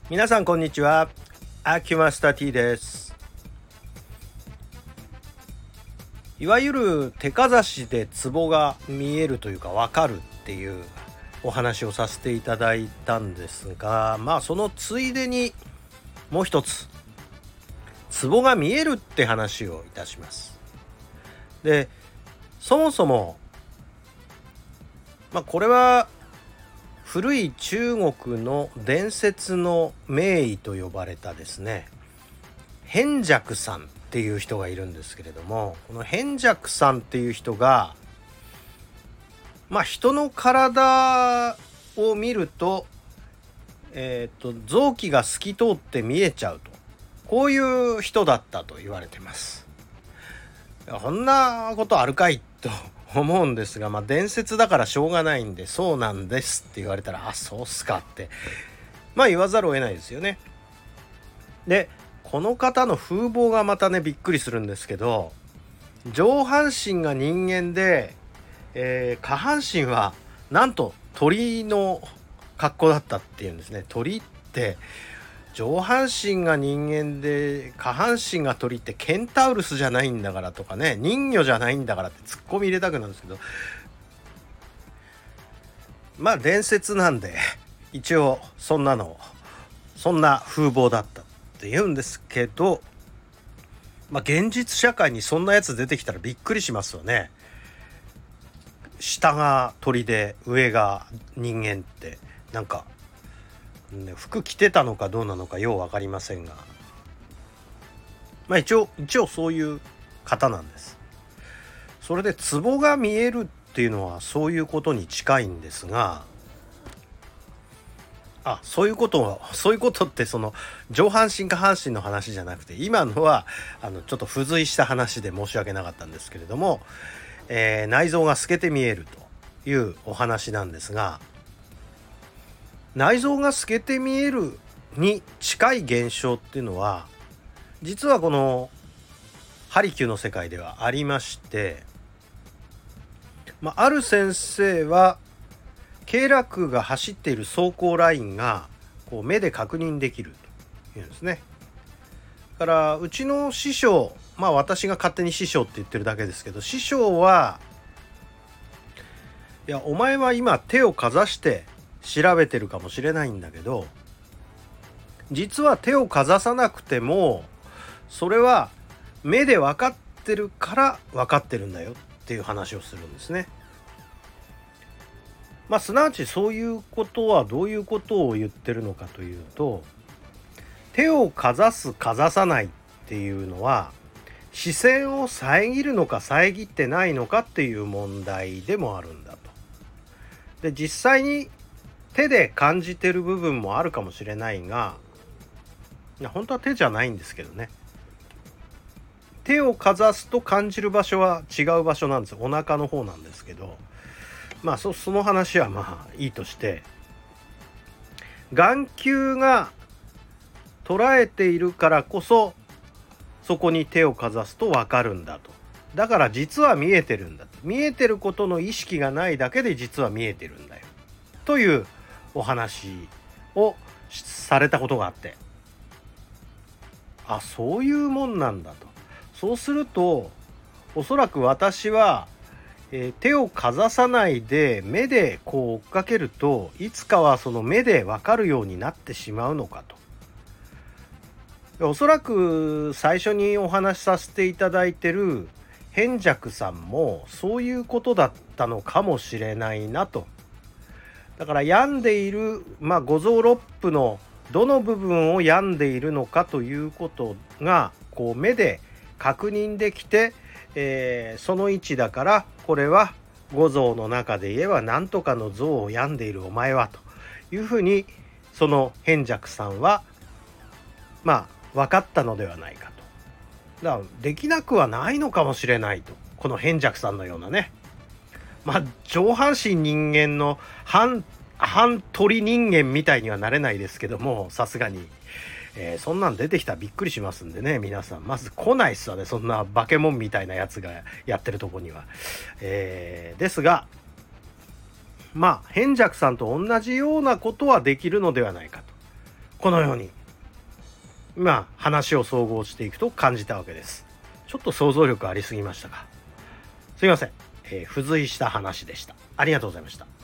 皆さんこんにちは。アキュマスタ T です。いわゆる手かざしでツボが見えるというか分かるっていうお話をさせていただいたんですが、そのついでにもう一つツボが見えるって話をいたします。で、そもそもこれは古い中国の伝説の名医と呼ばれたですね、扁尺さんっていう人がいるんですけれども、この扁尺さんっていう人が人の体を見ると臓器が透き通って見えちゃうと、こういう人だったと言われてます。こんなことあるかいと思うんですが、伝説だからしょうがないんで、そうなんですって言われたら、あ、そうっすかって言わざるを得ないですよね。で、この方の風貌がまたねびっくりするんですけど、上半身が人間で、下半身はなんと鳥の格好だったっていうんですね。鳥って上半身が人間で下半身が鳥ってケンタウルスじゃないんだからとかね、人魚じゃないんだからってツッコミ入れたくなるんですけど、伝説なんで一応そんな風貌だったって言うんですけど、現実社会にそんなやつ出てきたらびっくりしますよね。下が鳥で上が人間ってなんか服着てたのかどうなのかよう分かりませんが、一応そういう方なんです。それでツボが見えるっていうのはそういうことに近いんですが、そういうことってその上半身下半身の話じゃなくて、今のはちょっと付随した話で申し訳なかったんですけれども、内臓が透けて見えるというお話なんですが、内臓が透けて見えるに近い現象っていうのは実はこのハリキューの世界ではありまして、ある先生は経絡が走っている走行ラインがこう目で確認できるというんですね。だからうちの師匠、私が勝手に師匠って言ってるだけですけど、師匠はいや、お前は今手をかざして調べてるかもしれないんだけど、実は手をかざさなくてもそれは目で分かってるから分かってるんだよっていう話をするんですね。すなわちそういうことはどういうことを言ってるのかというと、手をかざすかざさないっていうのは視線を遮るのか遮ってないのかっていう問題でもあるんだと。で、実際に手で感じてる部分もあるかもしれないが、本当は手じゃないんですけどね。手をかざすと感じる場所は違う場所なんですよ。お腹の方なんですけど、その話はいいとして、眼球が捉えているからこそそこに手をかざすと分かるんだと。だから実は見えてるんだと。見えてることの意識がないだけで実は見えてるんだよというお話をされたことがあって、そういうもんなんだと。そうするとおそらく私は、手をかざさないで目でこう追っかけるといつかはその目で分かるようになってしまうのかと。おそらく最初にお話しさせていただいてる扁尺さんもそういうことだったのかもしれないなと。だから病んでいる、五臓六腑のどの部分を病んでいるのかということがこう目で確認できて、その位置だからこれは五臓の中で言えば何とかの臓を病んでいるお前はというふうに、その扁尺さんは分かったのではないかと。だからできなくはないのかもしれないと。この扁尺さんのようなね、上半身人間の半鳥人間みたいにはなれないですけども、さすがに、そんなん出てきたらびっくりしますんでね、皆さんまず来ないっすわね、そんなバケモンみたいなやつがやってるとこには。ですが扁尺さんと同じようなことはできるのではないかと。 このように話を総合していくと感じたわけです。ちょっと想像力ありすぎましたか。すいません、付随した話でした。ありがとうございました。